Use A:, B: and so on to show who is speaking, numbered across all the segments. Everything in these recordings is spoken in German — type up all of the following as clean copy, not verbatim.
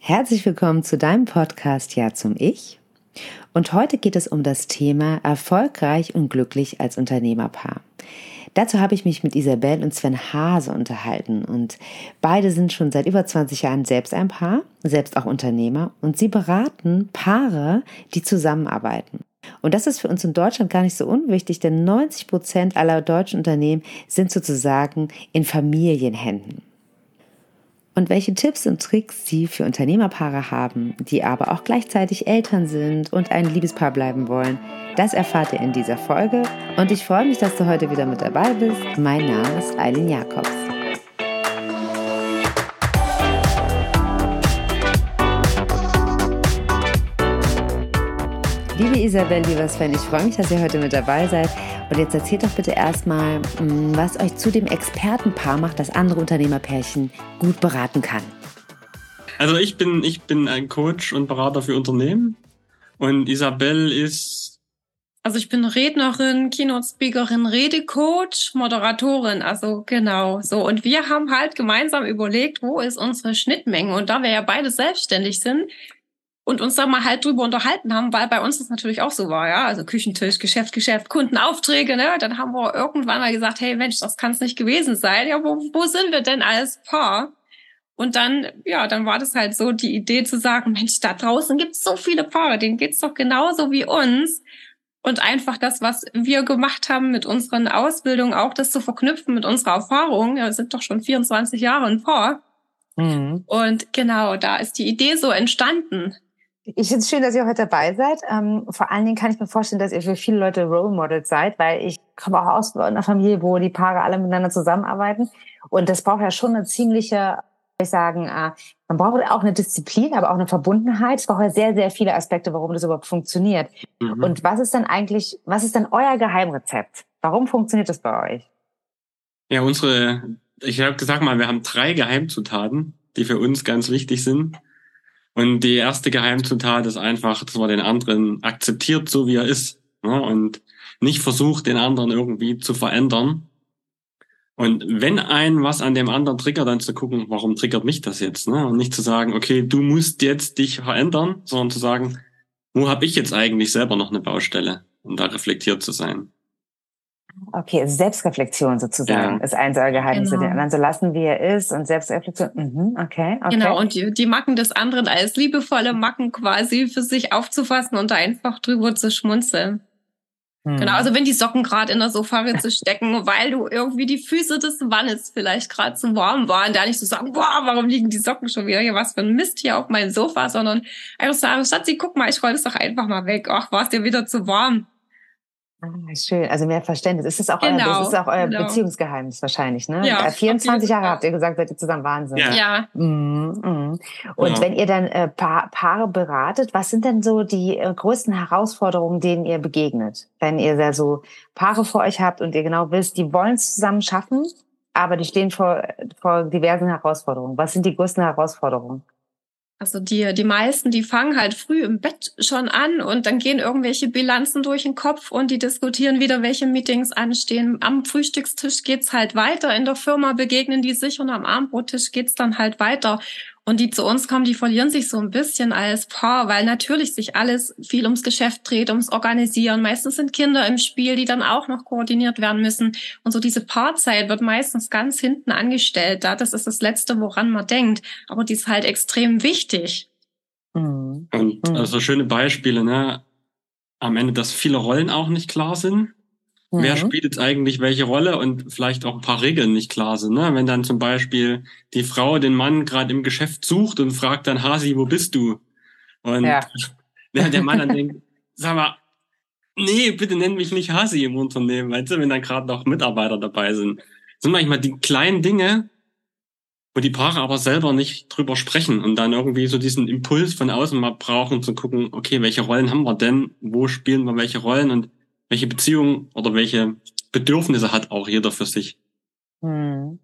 A: Herzlich willkommen zu deinem Podcast Ja zum Ich. Und heute geht es um das Thema erfolgreich und glücklich als Unternehmerpaar. Dazu habe ich mich mit Isabel und Sven Hase unterhalten und beide sind schon seit über 20 Jahren selbst ein Paar, selbst auch Unternehmer und sie beraten Paare, die zusammenarbeiten. Und das ist für uns in Deutschland gar nicht so unwichtig, denn 90% aller deutschen Unternehmen sind sozusagen in Familienhänden. Und welche Tipps und Tricks sie für Unternehmerpaare haben, die aber auch gleichzeitig Eltern sind und ein Liebespaar bleiben wollen, das erfahrt ihr in dieser Folge. Und ich freue mich, dass du heute wieder mit dabei bist. Mein Name ist Aylin Jacobs. Liebe Isabel, lieber Sven, ich freue mich, dass ihr heute mit dabei seid. Und jetzt erzählt doch bitte erstmal, was euch zu dem Expertenpaar macht, das andere Unternehmerpärchen gut beraten kann.
B: Also ich bin ein Coach und Berater für Unternehmen und Isabel ist...
C: Also ich bin Rednerin, Keynote-Speakerin, Redecoach, Moderatorin, also genau so. Und wir haben halt gemeinsam überlegt, wo ist unsere Schnittmenge? Und da wir ja beide selbstständig sind, und uns da mal halt drüber unterhalten haben, weil bei uns das natürlich auch so war, ja, also Küchentisch, Geschäft, Kundenaufträge, ne, dann haben wir irgendwann mal gesagt, hey Mensch, das kann es nicht gewesen sein, ja, wo sind wir denn als Paar? Und dann war das halt so die Idee zu sagen, Mensch, da draußen gibt's so viele Paare, denen geht's doch genauso wie uns. Und einfach das, was wir gemacht haben mit unseren Ausbildungen, auch das zu verknüpfen mit unserer Erfahrung, ja, wir sind doch schon 24 Jahre ein Paar. Mhm. Und genau, da ist die Idee so entstanden.
A: Ich finde es schön, dass ihr heute dabei seid. Vor allen Dingen kann ich mir vorstellen, dass ihr für viele Leute Role Models seid, weil ich komme auch aus einer Familie, wo die Paare alle miteinander zusammenarbeiten. Und das braucht ja schon eine ziemliche, man braucht auch eine Disziplin, aber auch eine Verbundenheit. Es braucht ja sehr, sehr viele Aspekte, warum das überhaupt funktioniert. Mhm. Und was ist denn euer Geheimrezept? Warum funktioniert das bei euch?
B: Ja, ich habe gesagt mal, wir haben 3 Geheimzutaten, die für uns ganz wichtig sind. Und die erste Geheimzutat ist einfach, dass man den anderen akzeptiert, so wie er ist, ne? Und nicht versucht, den anderen irgendwie zu verändern. Und wenn einen was an dem anderen triggert, dann zu gucken, warum triggert mich das jetzt, ne? Und nicht zu sagen, okay, du musst jetzt dich verändern, sondern zu sagen, wo habe ich jetzt eigentlich selber noch eine Baustelle? Und da reflektiert zu sein.
A: Okay, also Selbstreflexion sozusagen ist eins eurer Geheimnisse, genau. Den anderen so lassen, wie er ist und Selbstreflexion, okay.
C: Genau, und die Macken des anderen als liebevolle Macken quasi für sich aufzufassen und da einfach drüber zu schmunzeln. Genau, also wenn die Socken gerade in der Sofaritze stecken, weil du irgendwie die Füße des Mannes vielleicht gerade zu warm waren, da nicht so sagen, boah, warum liegen die Socken schon wieder hier, was für ein Mist hier auf meinem Sofa, sondern einfach sagen, Schatzi, guck mal, ich roll das doch einfach mal weg, ach, war es dir wieder zu warm.
A: Schön, also mehr Verständnis. Das ist auch euer Beziehungsgeheimnis wahrscheinlich, ne?
C: Ja,
A: 24 Jahre habt ihr gesagt, seid ihr zusammen, Wahnsinn.
C: Ja.
A: Und wenn ihr dann Paare beratet, was sind denn so die größten Herausforderungen, denen ihr begegnet? Wenn ihr da so Paare vor euch habt und ihr genau wisst, die wollen es zusammen schaffen, aber die stehen vor diversen Herausforderungen. Was sind die größten Herausforderungen?
C: Also die meisten, die fangen halt früh im Bett schon an und dann gehen irgendwelche Bilanzen durch den Kopf und die diskutieren wieder, welche Meetings anstehen. Am Frühstückstisch geht's halt weiter, in der Firma begegnen die sich und am Abendbrottisch geht's dann halt weiter. Und die zu uns kommen, die verlieren sich so ein bisschen als Paar, weil natürlich sich alles viel ums Geschäft dreht, ums Organisieren. Meistens sind Kinder im Spiel, die dann auch noch koordiniert werden müssen. Und so diese Paarzeit wird meistens ganz hinten angestellt. Das ist das Letzte, woran man denkt. Aber die ist halt extrem wichtig.
B: Und also schöne Beispiele, ne? Am Ende, dass viele Rollen auch nicht klar sind. Wer spielt jetzt eigentlich welche Rolle und vielleicht auch ein paar Regeln nicht klar sind, ne? Wenn dann zum Beispiel die Frau den Mann gerade im Geschäft sucht und fragt dann, Hasi, wo bist du? Und der Mann dann denkt, sag mal, nee, bitte nenn mich nicht Hasi im Unternehmen, weißt du, wenn dann gerade noch Mitarbeiter dabei sind. Das sind manchmal die kleinen Dinge, wo die Paare aber selber nicht drüber sprechen und dann irgendwie so diesen Impuls von außen mal brauchen, zu gucken, okay, welche Rollen haben wir denn? Wo spielen wir welche Rollen und welche Beziehungen oder welche Bedürfnisse hat auch jeder für sich?
A: Und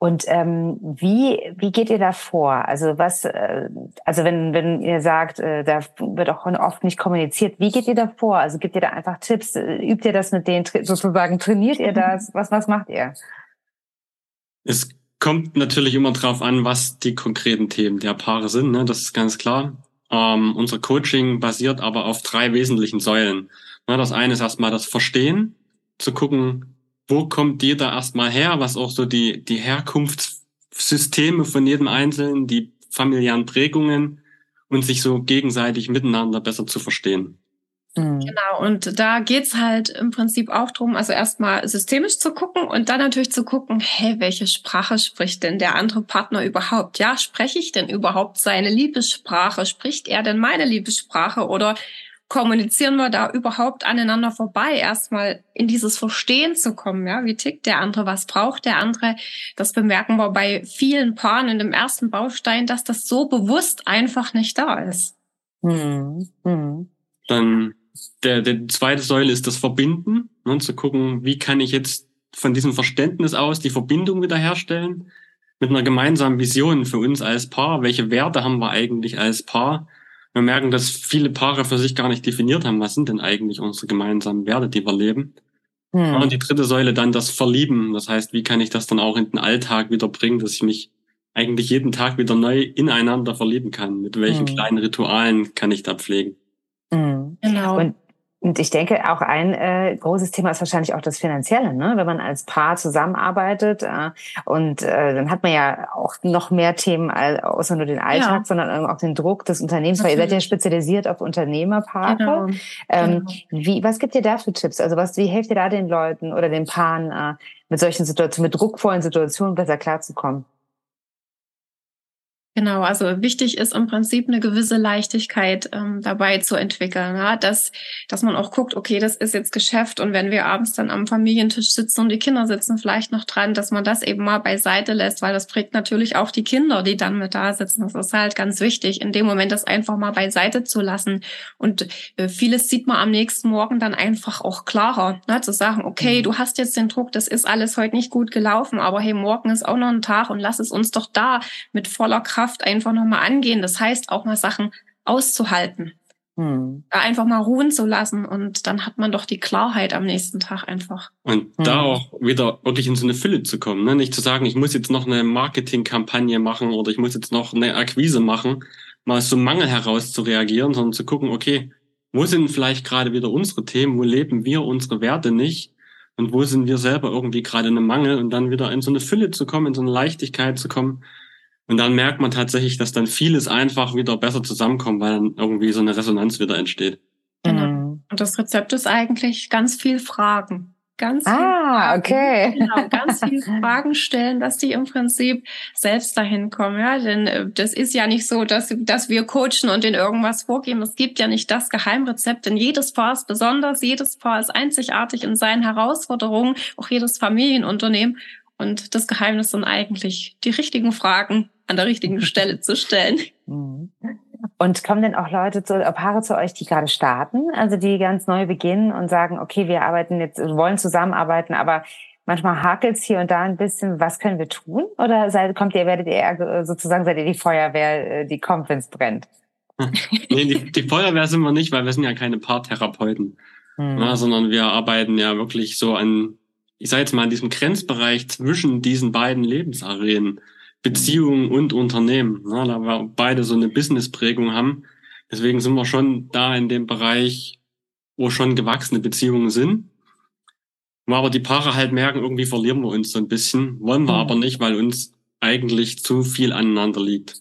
A: wie geht ihr da vor? Also wenn ihr sagt, da wird auch oft nicht kommuniziert, wie geht ihr da vor? Also gebt ihr da einfach Tipps? Übt ihr das mit denen sozusagen? Trainiert ihr das? Was macht ihr?
B: Es kommt natürlich immer drauf an, was die konkreten Themen der Paare sind, ne? Das ist ganz klar. Unser Coaching basiert aber auf 3 wesentlichen Säulen. Das eine ist erstmal das Verstehen, zu gucken, wo kommt jeder erstmal her, was auch so die Herkunftssysteme von jedem Einzelnen, die familiären Prägungen und sich so gegenseitig miteinander besser zu verstehen.
C: Genau, und da geht's halt im Prinzip auch drum, also erstmal systemisch zu gucken und dann natürlich zu gucken, hey, welche Sprache spricht denn der andere Partner überhaupt? Ja, spreche ich denn überhaupt seine Liebessprache? Spricht er denn meine Liebessprache oder kommunizieren wir da überhaupt aneinander vorbei, erstmal in dieses Verstehen zu kommen, ja, wie tickt der andere, was braucht der andere? Das bemerken wir bei vielen Paaren in dem ersten Baustein, dass das so bewusst einfach nicht da ist.
B: Dann der zweite Säule ist das Verbinden, ne, zu gucken, wie kann ich jetzt von diesem Verständnis aus die Verbindung wiederherstellen mit einer gemeinsamen Vision für uns als Paar. Welche Werte haben wir eigentlich als Paar? Wir merken, dass viele Paare für sich gar nicht definiert haben, was sind denn eigentlich unsere gemeinsamen Werte, die wir leben. Und die dritte Säule dann das Verlieben. Das heißt, wie kann ich das dann auch in den Alltag wieder bringen, dass ich mich eigentlich jeden Tag wieder neu ineinander verlieben kann? Mit welchen kleinen Ritualen kann ich da pflegen?
A: Genau. Und ich denke, auch ein großes Thema ist wahrscheinlich auch das Finanzielle, ne? Wenn man als Paar zusammenarbeitet und dann hat man ja auch noch mehr Themen außer nur den Alltag, sondern auch den Druck des Unternehmens, natürlich. Weil ihr seid ja spezialisiert auf Unternehmerpaare. Was gibt ihr da für Tipps? Also wie helft ihr da den Leuten oder den Paaren mit solchen Situationen, mit druckvollen Situationen besser klarzukommen?
C: Genau, also wichtig ist im Prinzip eine gewisse Leichtigkeit dabei zu entwickeln, ja? Dass man auch guckt, okay, das ist jetzt Geschäft und wenn wir abends dann am Familientisch sitzen und die Kinder sitzen vielleicht noch dran, dass man das eben mal beiseite lässt, weil das prägt natürlich auch die Kinder, die dann mit da sitzen. Das ist halt ganz wichtig, in dem Moment das einfach mal beiseite zu lassen und vieles sieht man am nächsten Morgen dann einfach auch klarer, ne? Zu sagen, okay, du hast jetzt den Druck, das ist alles heute nicht gut gelaufen, aber hey, morgen ist auch noch ein Tag und lass es uns doch da mit voller Kraft einfach nochmal angehen. Das heißt, auch mal Sachen auszuhalten. Da einfach mal ruhen zu lassen und dann hat man doch die Klarheit am nächsten Tag einfach.
B: Und da auch wieder wirklich in so eine Fülle zu kommen, ne? Nicht zu sagen, ich muss jetzt noch eine Marketingkampagne machen oder ich muss jetzt noch eine Akquise machen, mal aus so einem Mangel heraus zu reagieren, sondern zu gucken, okay, wo sind vielleicht gerade wieder unsere Themen, wo leben wir unsere Werte nicht und wo sind wir selber irgendwie gerade in einem Mangel und dann wieder in so eine Fülle zu kommen, in so eine Leichtigkeit zu kommen. Und dann merkt man tatsächlich, dass dann vieles einfach wieder besser zusammenkommt, weil dann irgendwie so eine Resonanz wieder entsteht.
C: Genau. Und das Rezept ist eigentlich ganz viel Fragen. Ganz viel
A: Fragen. Okay.
C: Genau, ganz viel Fragen stellen, dass die im Prinzip selbst dahin kommen. Ja, denn das ist ja nicht so, dass wir coachen und denen irgendwas vorgeben. Es gibt ja nicht das Geheimrezept, denn jedes Paar ist besonders, jedes Paar ist einzigartig in seinen Herausforderungen, auch jedes Familienunternehmen. Und das Geheimnis sind eigentlich die richtigen Fragen an der richtigen Stelle zu stellen.
A: Und kommen denn auch Paare zu euch, die gerade starten, also die ganz neu beginnen und sagen, okay, wir wollen zusammenarbeiten, aber manchmal hakelt's hier und da ein bisschen, was können wir tun? Oder seid ihr die Feuerwehr, die kommt, wenn's brennt?
B: Nee, die Feuerwehr sind wir nicht, weil wir sind ja keine Paartherapeuten, sondern wir arbeiten ja wirklich so an, ich sage jetzt mal, in diesem Grenzbereich zwischen diesen beiden Lebensarenen, Beziehungen und Unternehmen, da wir beide so eine Businessprägung haben. Deswegen sind wir schon da in dem Bereich, wo schon gewachsene Beziehungen sind. Wo aber die Paare halt merken, irgendwie verlieren wir uns so ein bisschen, wollen wir aber nicht, weil uns eigentlich zu viel aneinander liegt.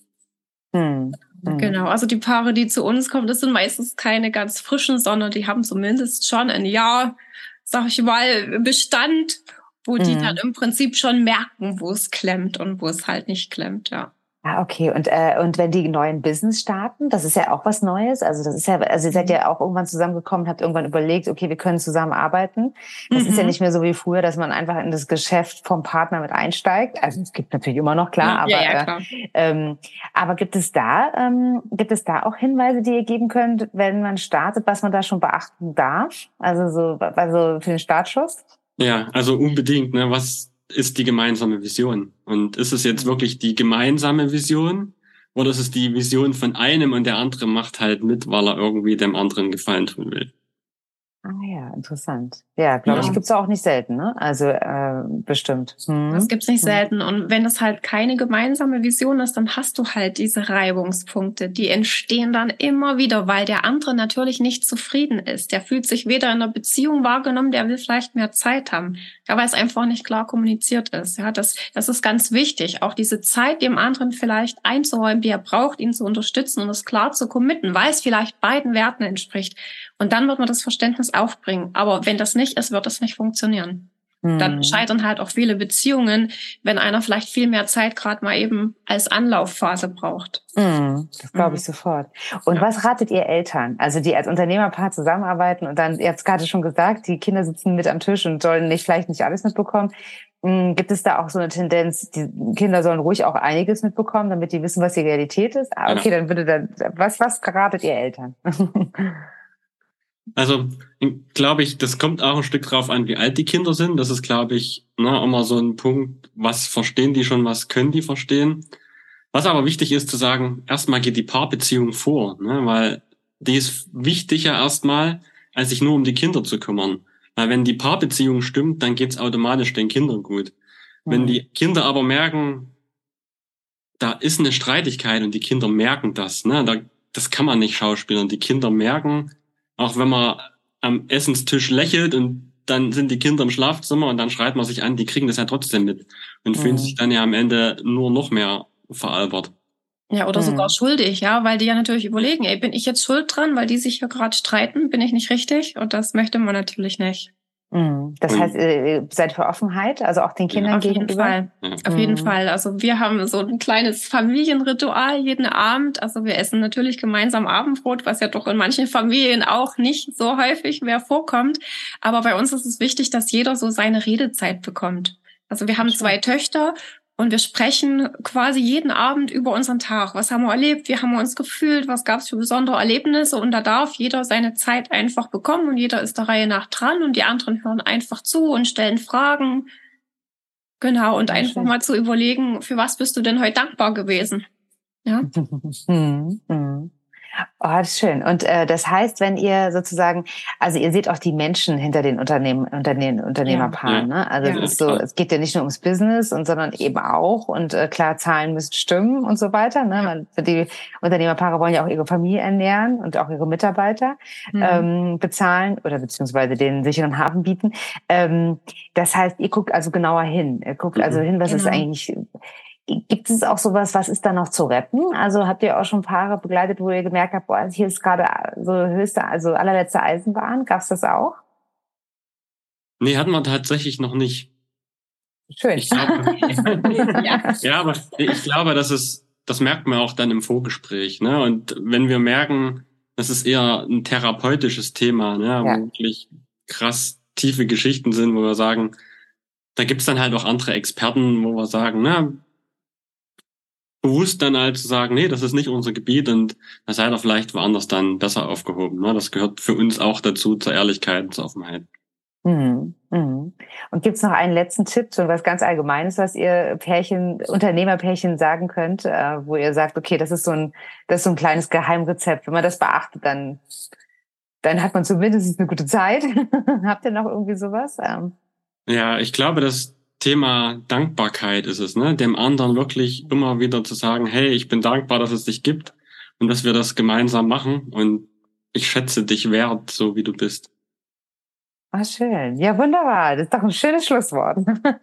C: Genau, also die Paare, die zu uns kommen, das sind meistens keine ganz frischen, sondern die haben zumindest schon ein Jahr, sag ich mal, Bestand, wo die dann im Prinzip schon merken, wo es klemmt und wo es halt nicht klemmt, ja.
A: Ah, okay. Und wenn die neuen Business starten, das ist ja auch was Neues. Also ihr seid ja auch irgendwann zusammengekommen, habt irgendwann überlegt, okay, wir können zusammenarbeiten. Das ist ja nicht mehr so wie früher, dass man einfach in das Geschäft vom Partner mit einsteigt. Also es gibt natürlich immer noch, klar,
C: klar.
A: Aber gibt es da auch Hinweise, die ihr geben könnt, wenn man startet, was man da schon beachten darf? Also für den Startschuss?
B: Ja, also unbedingt, ne? Was ist die gemeinsame Vision? Und ist es jetzt wirklich die gemeinsame Vision oder ist es die Vision von einem und der andere macht halt mit, weil er irgendwie dem anderen Gefallen tun will?
A: Ah ja, interessant. Ja, glaube ich, gibt's auch nicht selten, ne? Also bestimmt.
C: Das gibt's nicht selten. Und wenn es halt keine gemeinsame Vision ist, dann hast du halt diese Reibungspunkte. Die entstehen dann immer wieder, weil der andere natürlich nicht zufrieden ist. Der fühlt sich weder in einer Beziehung wahrgenommen, der will vielleicht mehr Zeit haben, ja, weil es einfach nicht klar kommuniziert ist. Ja, das ist ganz wichtig, auch diese Zeit dem anderen vielleicht einzuräumen, die er braucht, ihn zu unterstützen und es klar zu committen, weil es vielleicht beiden Werten entspricht. Und dann wird man das Verständnis aufbringen. Aber wenn das nicht ist, wird das nicht funktionieren. Dann scheitern halt auch viele Beziehungen, wenn einer vielleicht viel mehr Zeit gerade mal eben als Anlaufphase braucht.
A: Das glaube ich sofort. Und was ratet ihr Eltern, also die als Unternehmerpaar zusammenarbeiten und dann, ihr habt es gerade schon gesagt, die Kinder sitzen mit am Tisch und sollen vielleicht nicht alles mitbekommen. Gibt es da auch so eine Tendenz, die Kinder sollen ruhig auch einiges mitbekommen, damit die wissen, was die Realität ist? Okay, dann was ratet ihr Eltern?
B: Also, glaube ich, das kommt auch ein Stück drauf an, wie alt die Kinder sind. Das ist, glaube ich, immer so ein Punkt, was verstehen die schon, was können die verstehen. Was aber wichtig ist zu sagen, erstmal geht die Paarbeziehung vor, ne, weil die ist wichtiger erstmal, als sich nur um die Kinder zu kümmern. Weil wenn die Paarbeziehung stimmt, dann geht's automatisch den Kindern gut. Wenn die Kinder aber merken, da ist eine Streitigkeit und die Kinder merken das, ne, das kann man nicht schauspielern. Die Kinder merken, auch wenn man am Essenstisch lächelt und dann sind die Kinder im Schlafzimmer und dann schreit man sich an, die kriegen das ja trotzdem mit und fühlen sich dann ja am Ende nur noch mehr veralbert.
C: Ja, oder sogar schuldig, ja, weil die ja natürlich überlegen, bin ich jetzt schuld dran, weil die sich hier gerade streiten, bin ich nicht richtig? Und das möchte man natürlich nicht.
A: Das heißt, ihr seid für Offenheit, also auch den Kindern gegenüber?
C: Auf jeden Fall. Also wir haben so ein kleines Familienritual jeden Abend. Also wir essen natürlich gemeinsam Abendbrot, was ja doch in manchen Familien auch nicht so häufig mehr vorkommt. Aber bei uns ist es wichtig, dass jeder so seine Redezeit bekommt. Also wir haben 2 Töchter. Und wir sprechen quasi jeden Abend über unseren Tag. Was haben wir erlebt? Wie haben wir uns gefühlt? Was gab es für besondere Erlebnisse? Und da darf jeder seine Zeit einfach bekommen und jeder ist der Reihe nach dran und die anderen hören einfach zu und stellen Fragen. Genau, und einfach mal zu überlegen, für was bist du denn heute dankbar gewesen? Ja.
A: Oh, das ist schön. Und das heißt, wenn ihr sozusagen, also ihr seht auch die Menschen hinter den Unternehmerpaaren, ne? Also es ist so, es geht ja nicht nur ums Business sondern eben auch und klar, Zahlen müssen stimmen und so weiter, ne? Die Unternehmerpaare wollen ja auch ihre Familie ernähren und auch ihre Mitarbeiter bezahlen oder beziehungsweise den sicheren Hafen bieten. Das heißt, ihr guckt also genauer hin. Ihr guckt also hin, was ist eigentlich. Gibt es auch sowas, was ist da noch zu retten? Also habt ihr auch schon Paare begleitet, wo ihr gemerkt habt, boah, hier ist gerade so allerletzte Eisenbahn? Gab's das auch?
B: Nee, hatten wir tatsächlich noch nicht.
A: Schön.
B: Ich glaube, aber ich glaube, das merkt man auch dann im Vorgespräch, ne? Und wenn wir merken, das ist eher ein therapeutisches Thema, ne? Wo wirklich krass tiefe Geschichten sind, wo wir sagen, da gibt's dann halt auch andere Experten, wo wir sagen, ne? Bewusst dann halt zu sagen, nee, das ist nicht unser Gebiet und da seid ihr vielleicht woanders dann besser aufgehoben. Ne? Das gehört für uns auch dazu, zur Ehrlichkeit und zur Offenheit.
A: Und gibt's noch einen letzten Tipp, so was ganz Allgemeines, was ihr Unternehmerpärchen sagen könnt, wo ihr sagt, okay, das ist so ein kleines Geheimrezept. Wenn man das beachtet, dann hat man zumindest eine gute Zeit. Habt ihr noch irgendwie sowas?
B: Ja, ich glaube, das Thema Dankbarkeit ist es, ne? Dem anderen wirklich immer wieder zu sagen, hey, ich bin dankbar, dass es dich gibt und dass wir das gemeinsam machen und ich schätze dich wert, so wie du bist.
A: Ah, schön. Ja, wunderbar. Das ist doch ein schönes Schlusswort.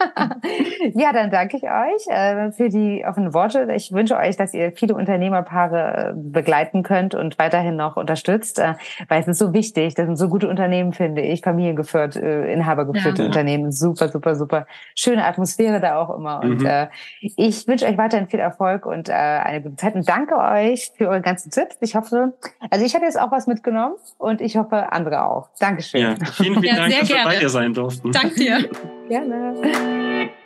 A: Ja, dann danke ich euch für die offenen Worte. Ich wünsche euch, dass ihr viele Unternehmerpaare begleiten könnt und weiterhin noch unterstützt, weil es ist so wichtig. Das sind so gute Unternehmen, finde ich, familiengeführt, inhabergeführte Unternehmen. Super, super, super. Schöne Atmosphäre da auch immer. Und ich wünsche euch weiterhin viel Erfolg und eine gute Zeit. Und danke euch für eure ganzen Tipps. Ich hoffe, also ich habe jetzt auch was mitgenommen und ich hoffe, andere auch. Dankeschön.
B: Ja, vielen Dank, dass wir bei dir sein durften.
C: Danke dir.
A: Gerne.